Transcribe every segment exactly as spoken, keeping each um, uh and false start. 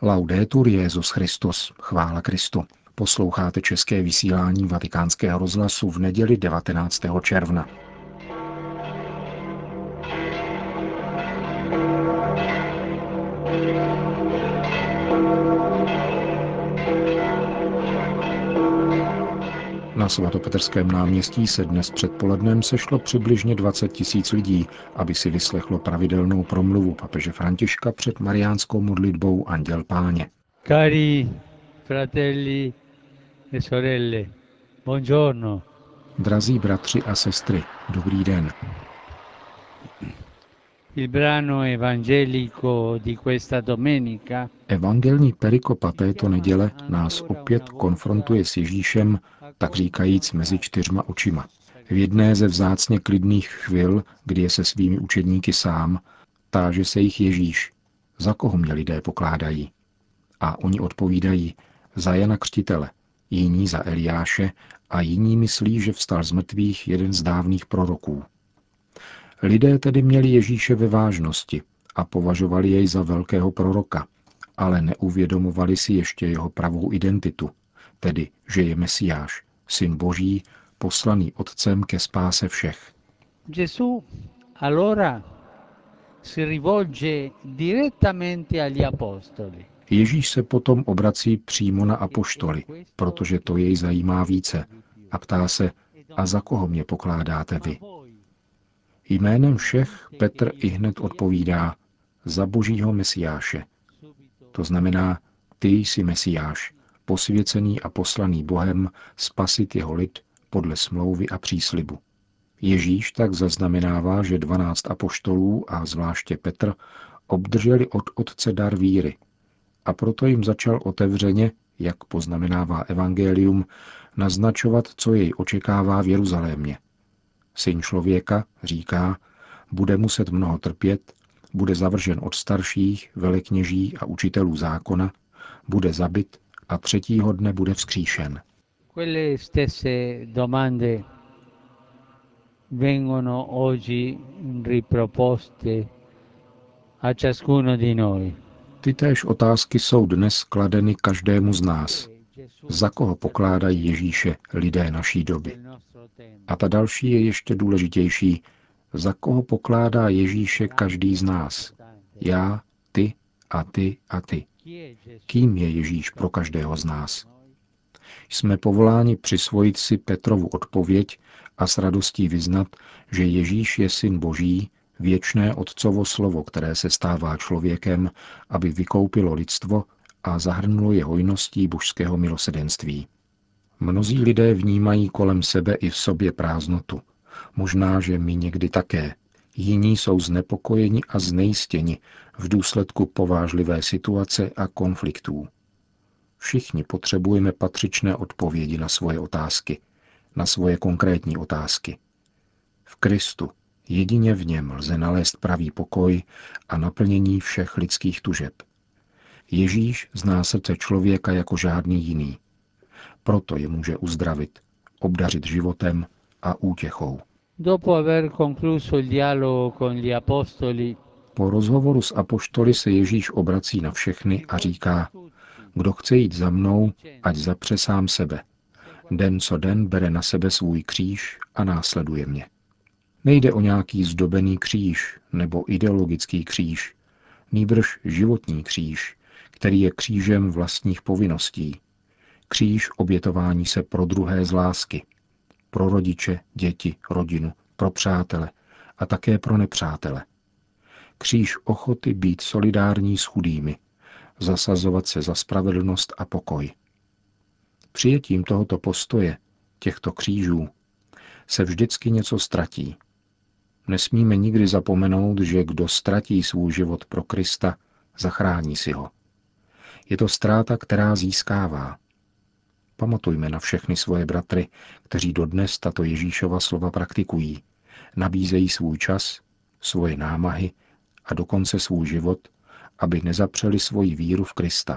Laudetur Jesus Christus, chvála Kristu. Posloucháte české vysílání Vatikánského rozhlasu v neděli devatenáctého června. Na svatopetrském náměstí se dnes předpolednem sešlo přibližně dvacet tisíc lidí, aby si vyslechlo pravidelnou promluvu papeže Františka před mariánskou modlitbou Anděl Páně. Cari fratelli e sorelle, buongiorno. Drazí bratři a sestry, dobrý den. Il brano evangelico di questa domenica Evangelní perikopa této neděle nás opět konfrontuje s Ježíšem, tak říkajíc mezi čtyřma očima. V jedné ze vzácně klidných chvil, kdy je se svými učedníky sám, táže se jich Ježíš, za koho mě lidé pokládají. A oni odpovídají, za Jana Křtitele, jiní za Eliáše a jiní myslí, že vstal z mrtvých jeden z dávných proroků. Lidé tedy měli Ježíše ve vážnosti a považovali jej za velkého proroka, ale neuvědomovali si ještě jeho pravou identitu, tedy, že je Mesiáš, syn Boží, poslaný Otcem ke spáse všech. Gesù allora si rivolge direttamente agli apostoli. Ježíš se potom obrací přímo na apoštoly, protože to jej zajímá více, a ptá se, a za koho mě pokládáte vy? Jménem všech Petr ihned odpovídá, za Božího Mesiáše. To znamená, ty jsi Mesiáš, posvěcený a poslaný Bohem spasit jeho lid podle smlouvy a příslibu. Ježíš tak zaznamenává, že dvanáct apoštolů a zvláště Petr obdrželi od Otce dar víry a proto jim začal otevřeně, jak poznamenává evangelium, naznačovat, co jej očekává v Jeruzalémě. Syn člověka, říká, bude muset mnoho trpět, bude zavržen od starších, velekněží a učitelů zákona, bude zabit a třetího dne bude vzkříšen. Quelle stesse domande vengono oggi riproposte a ciascuno di noi. Tytéž otázky jsou dnes kladeny každému z nás. Za koho pokládají Ježíše lidé naší doby? A ta další je ještě důležitější. Za koho pokládá Ježíše každý z nás? Já, ty a ty a ty. Kým je Ježíš pro každého z nás? Jsme povoláni přisvojit si Petrovu odpověď a s radostí vyznat, že Ježíš je syn Boží, věčné Otcovo slovo, které se stává člověkem, aby vykoupilo lidstvo a zahrnulo je hojností božského milosedenství. Mnozí lidé vnímají kolem sebe i v sobě prázdnotu. Možná, že my někdy také. Jiní jsou znepokojeni a znejistěni v důsledku povážlivé situace a konfliktů. Všichni potřebujeme patřičné odpovědi na svoje otázky, na svoje konkrétní otázky. V Kristu, jedině v něm lze nalézt pravý pokoj a naplnění všech lidských tužeb. Ježíš zná srdce člověka jako žádný jiný. Proto je může uzdravit, obdařit životem a útěchou. Dopo aver concluso il dialogo con gli apostoli, Po rozhovoru s apoštoly se Ježíš obrací na všechny a říká, kdo chce jít za mnou, ať zapře sám sebe. Den co den bere na sebe svůj kříž a následuje mě. Nejde o nějaký zdobený kříž nebo ideologický kříž, nýbrž životní kříž, který je křížem vlastních povinností. Kříž obětování se pro druhé z lásky, pro rodiče, děti, rodinu, pro přátele a také pro nepřátele. Kříž ochoty být solidární s chudými, zasazovat se za spravedlnost a pokoj. Přijetím tohoto postoje, těchto křížů, se vždycky něco ztratí. Nesmíme nikdy zapomenout, že kdo ztratí svůj život pro Krista, zachrání si ho. Je to ztráta, která získává. Pamatujme na všechny svoje bratry, kteří dodnes tato Ježíšova slova praktikují. Nabízejí svůj čas, svoje námahy a dokonce svůj život, aby nezapřeli svoji víru v Krista.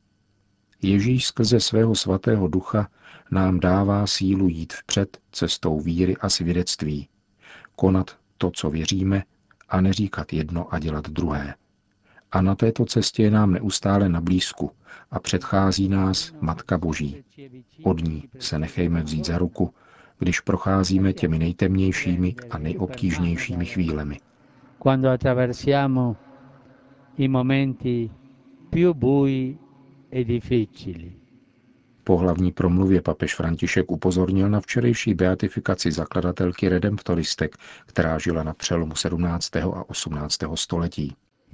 Ježíš skrze svého svatého ducha nám dává sílu jít vpřed cestou víry a svědectví, konat to, co věříme, a neříkat jedno a dělat druhé. A na této cestě je nám neustále na blízku a předchází nás Matka Boží. Od ní se nechejme vzít za ruku, když procházíme těmi nejtemnějšími a nejobtížnějšími chvílemi. Quando attraversiamo i momenti più bui e difficili. Po hlavní promluvě papež František upozornil na včerejší beatifikaci zakladatelky redemptoristek, která žila na přelomu sedmnáctého a osmnáctého století.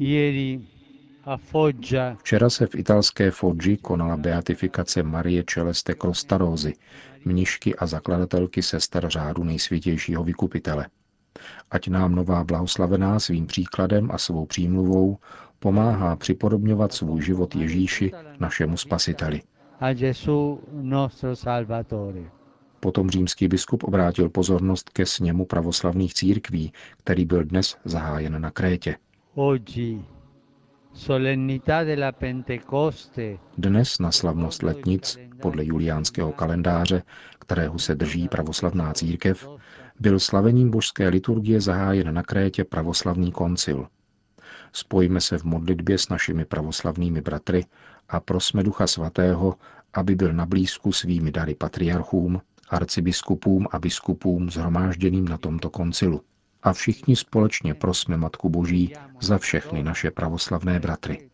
Včera se v italské Foggi konala beatifikace Marie Celeste Crostarosi, mnišky a zakladatelky sester řádu Nejsvětějšího vykupitele. Ať nám nová blahoslavená svým příkladem a svou přímluvou pomáhá připodobňovat svůj život Ježíši, našemu Spasiteli. A Gesù nostro Salvatore. Potom římský biskup obrátil pozornost ke sněmu pravoslavných církví, který byl dnes zahájen na Krétě. Dnes na slavnost letnic, podle juliánského kalendáře, kterého se drží pravoslavná církev, byl slavením božské liturgie zahájen na Krétě pravoslavný koncil. Spojíme se v modlitbě s našimi pravoslavnými bratry a prosme Ducha Svatého, aby byl na blízku svými dary patriarchům, arcibiskupům a biskupům shromážděným na tomto koncilu. A všichni společně prosme Matku Boží za všechny naše pravoslavné bratry.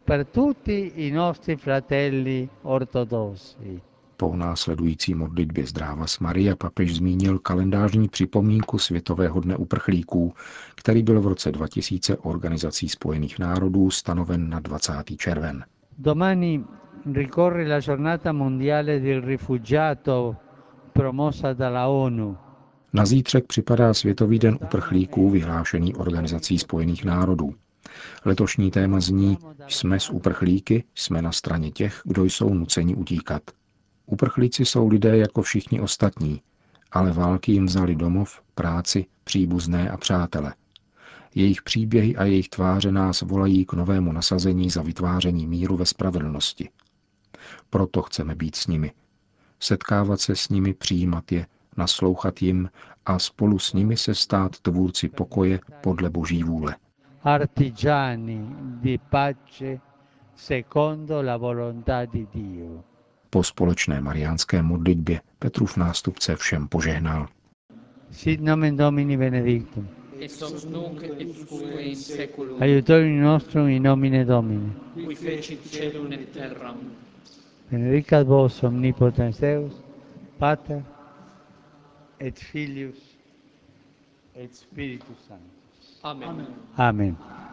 Po následující modlitbě Zdravas Maria papež zmínil kalendářní připomínku Světového dne uprchlíků, který byl v roce dva tisíce Organizací spojených národů stanoven na dvacátého června. Domani ricorre la giornata mondiale del rifugiato promossa dalla ONU. Na zítřek připadá Světový den uprchlíků vyhlášený Organizací spojených národů. Letošní téma zní: Jsme s uprchlíky, jsme na straně těch, kdo jsou nuceni utíkat. Uprchlíci jsou lidé jako všichni ostatní, ale války jim vzali domov, práci, příbuzné a přátele. Jejich příběhy a jejich tváře nás volají k novému nasazení za vytváření míru ve spravedlnosti. Proto chceme být s nimi. Setkávat se s nimi, přijímat je, naslouchat jim a spolu s nimi se stát tvůrci pokoje podle Boží vůle. Artigiani di pace secondo la volontà di Dio. Po společné mariánské modlitbě Petrův nástupce všem požehnal. Sit nomen Domini benedictum. Ex hoc nunc et usque in saeculum. Aiutorium nostrum in nomine Domini. Qui fecit caelum et terram. Benedicat vos omnipotens Deus, Pater et Filius et Spiritus Sanctus. Amen. Amen.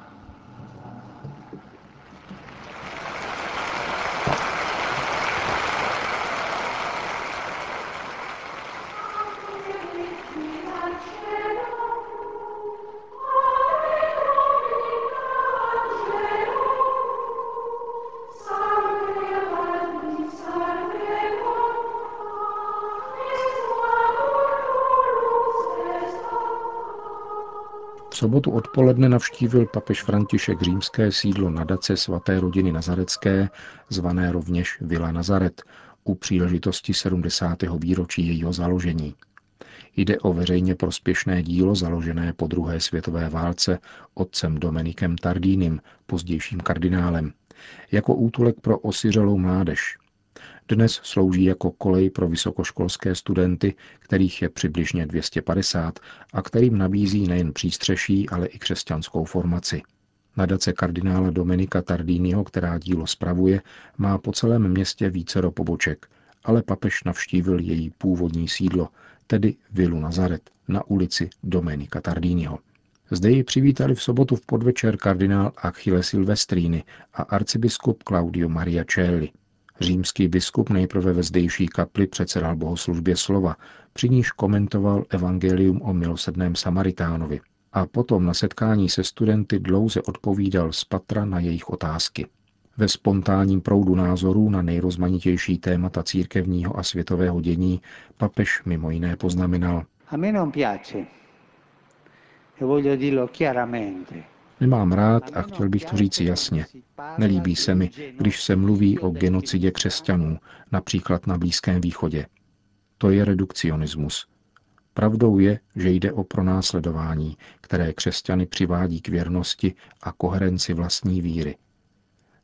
V sobotu odpoledne navštívil papež František římské sídlo nadace svaté rodiny Nazaretské, zvané rovněž Villa Nazaret, u příležitosti sedmdesátého výročí jejího založení. Jde o veřejně prospěšné dílo založené po druhé světové válce otcem Dominikem Tardínim, pozdějším kardinálem, jako útulek pro osiřelou mládež. Dnes slouží jako kolej pro vysokoškolské studenty, kterých je přibližně dvě stě padesát a kterým nabízí nejen přístřeší, ale i křesťanskou formaci. Nadace kardinála Dominika Tardíniho, která dílo spravuje, má po celém městě vícero poboček, ale papež navštívil její původní sídlo, tedy Villu Nazaret, na ulici Dominika Tardíniho. Zde ji přivítali v sobotu v podvečer kardinál Achille Silvestrini a arcibiskup Claudio Maria Celli. Římský biskup nejprve ve zdejší kapli předsedal bohoslužbě slova, při níž komentoval evangelium o milosrdném Samaritánovi a potom na setkání se studenty dlouze odpovídal z patra na jejich otázky. Ve spontánním proudu názorů na nejrozmanitější témata církevního a světového dění papež mimo jiné poznamenal: A me non piace, e voglio dirlo chiaramente. Nemám rád a chtěl bych to říci jasně. Nelíbí se mi, když se mluví o genocidě křesťanů, například na Blízkém východě. To je redukcionismus. Pravdou je, že jde o pronásledování, které křesťany přivádí k věrnosti a koherenci vlastní víry.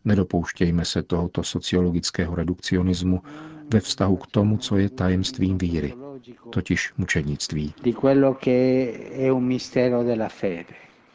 Nedopouštějme se tohoto sociologického redukcionismu ve vztahu k tomu, co je tajemstvím víry, totiž mučednictví. Di quello che è un mistero della fede,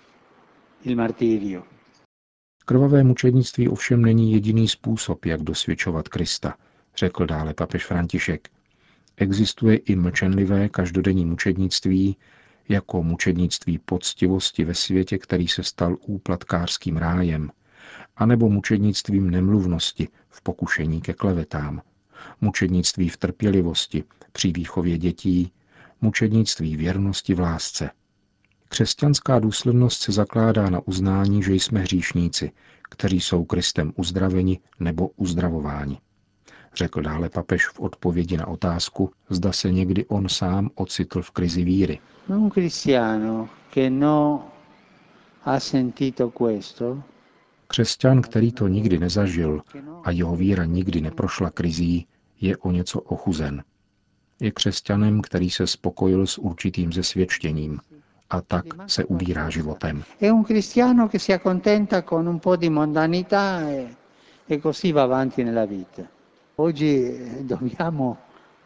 il martirio. Krvavé mučednictví ovšem není jediný způsob, jak dosvědčovat Krista, řekl dále papež František. Existuje i mlčenlivé každodenní mučednictví, jako mučednictví poctivosti ve světě, který se stal úplatkářským rájem, anebo mučednictvím nemluvnosti v pokušení ke klevetám, mučednictví v trpělivosti při výchově dětí, mučednictví věrnosti v lásce. Křesťanská důslednost se zakládá na uznání, že jsme hříšníci, kteří jsou Kristem uzdraveni nebo uzdravováni. Řekl dále papež v odpovědi na otázku, zda se někdy on sám ocitl v krizi víry. Un cristiano che no ha sentito questo, Křesťan, který to nikdy nezažil a jeho víra nikdy neprošla krizí, je o něco ochuzen. Je křesťanem, který se spokojil s určitým zesvědčením a tak se ubírá životem. è un cristiano che si accontenta con un po' di mondanità e, e così va avanti nella vita. Oggi dobbiamo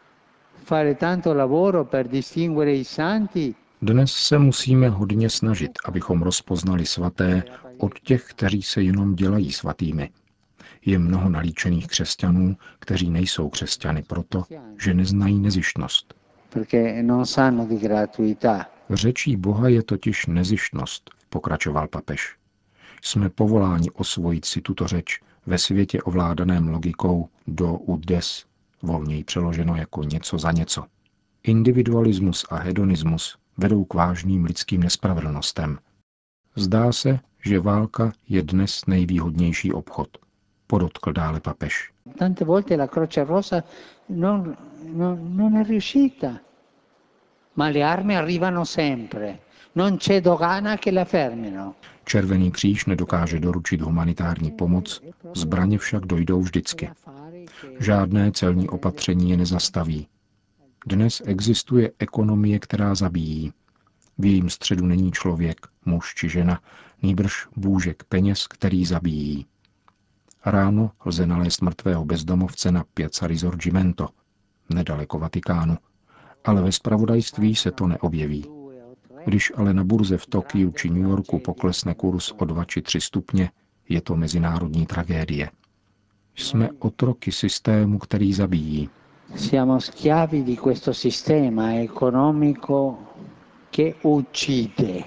fare tanto lavoro per distinguere i santi. Dnes se musíme hodně snažit, abychom rozpoznali svaté od těch, kteří se jenom dělají svatými. Je mnoho nalíčených křesťanů, kteří nejsou křesťany proto, že neznají nezištnost. Perché non sanno di gratuità. Řečí Boha je totiž nezištnost, pokračoval papež. Jsme povoláni osvojit si tuto řeč ve světě ovládaném logikou do ut des, volněji přeloženo jako něco za něco. Individualismus a hedonismus vedou k vážným lidským nespravedlnostem. Zdá se, že válka je dnes nejvýhodnější obchod, podotkl dále papež. Tante volte la Croce Rossa non, non, non è riuscita, ma le armi arrivano sempre. Non c'è dogana che la fermino. Červený kříž nedokáže doručit humanitární pomoc, zbraně však dojdou vždycky. Žádné celní opatření je nezastaví. Dnes existuje ekonomie, která zabíjí. V jejím středu není člověk, muž či žena, nýbrž bůžek peněz, který zabíjí. Ráno lze nalézt mrtvého bezdomovce na Piazza Risorgimento, nedaleko Vatikánu, ale ve zpravodajství se to neobjeví. Když ale na burze v Tokiu či New Yorku poklesne kurz o dva či tři stupně, je to mezinárodní tragédie. Jsme otroky systému, který zabíjí. Siamo schiavi di questo sistema economico che uccide.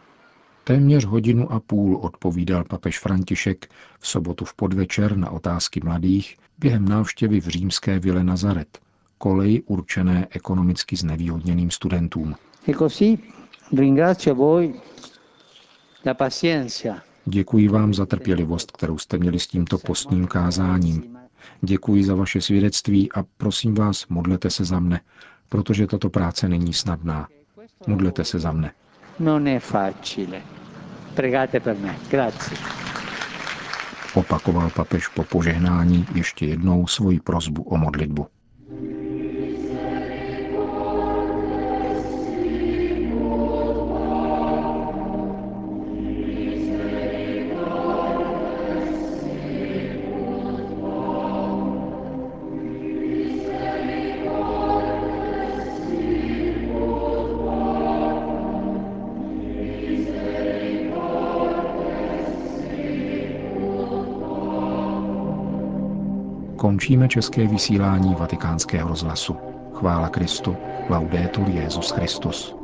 Téměř hodinu a půl odpovídal papež František v sobotu v podvečer na otázky mladých během návštěvy v římské vile Nazaret, koleji určené ekonomicky znevýhodněným studentům. E così ringrazio voi la pazienza. Děkuji vám za trpělivost, kterou jste měli s tímto postním kázáním. Děkuji za vaše svědectví a prosím vás, modlete se za mne, protože tato práce není snadná. Modlete se za mne. Non è facile. Pregate per me. Grazie. Opakoval papež po požehnání ještě jednou svoji prosbu o modlitbu. Končíme české vysílání Vatikánského rozhlasu. Chvála Kristu. Laudetur Jesus Christus.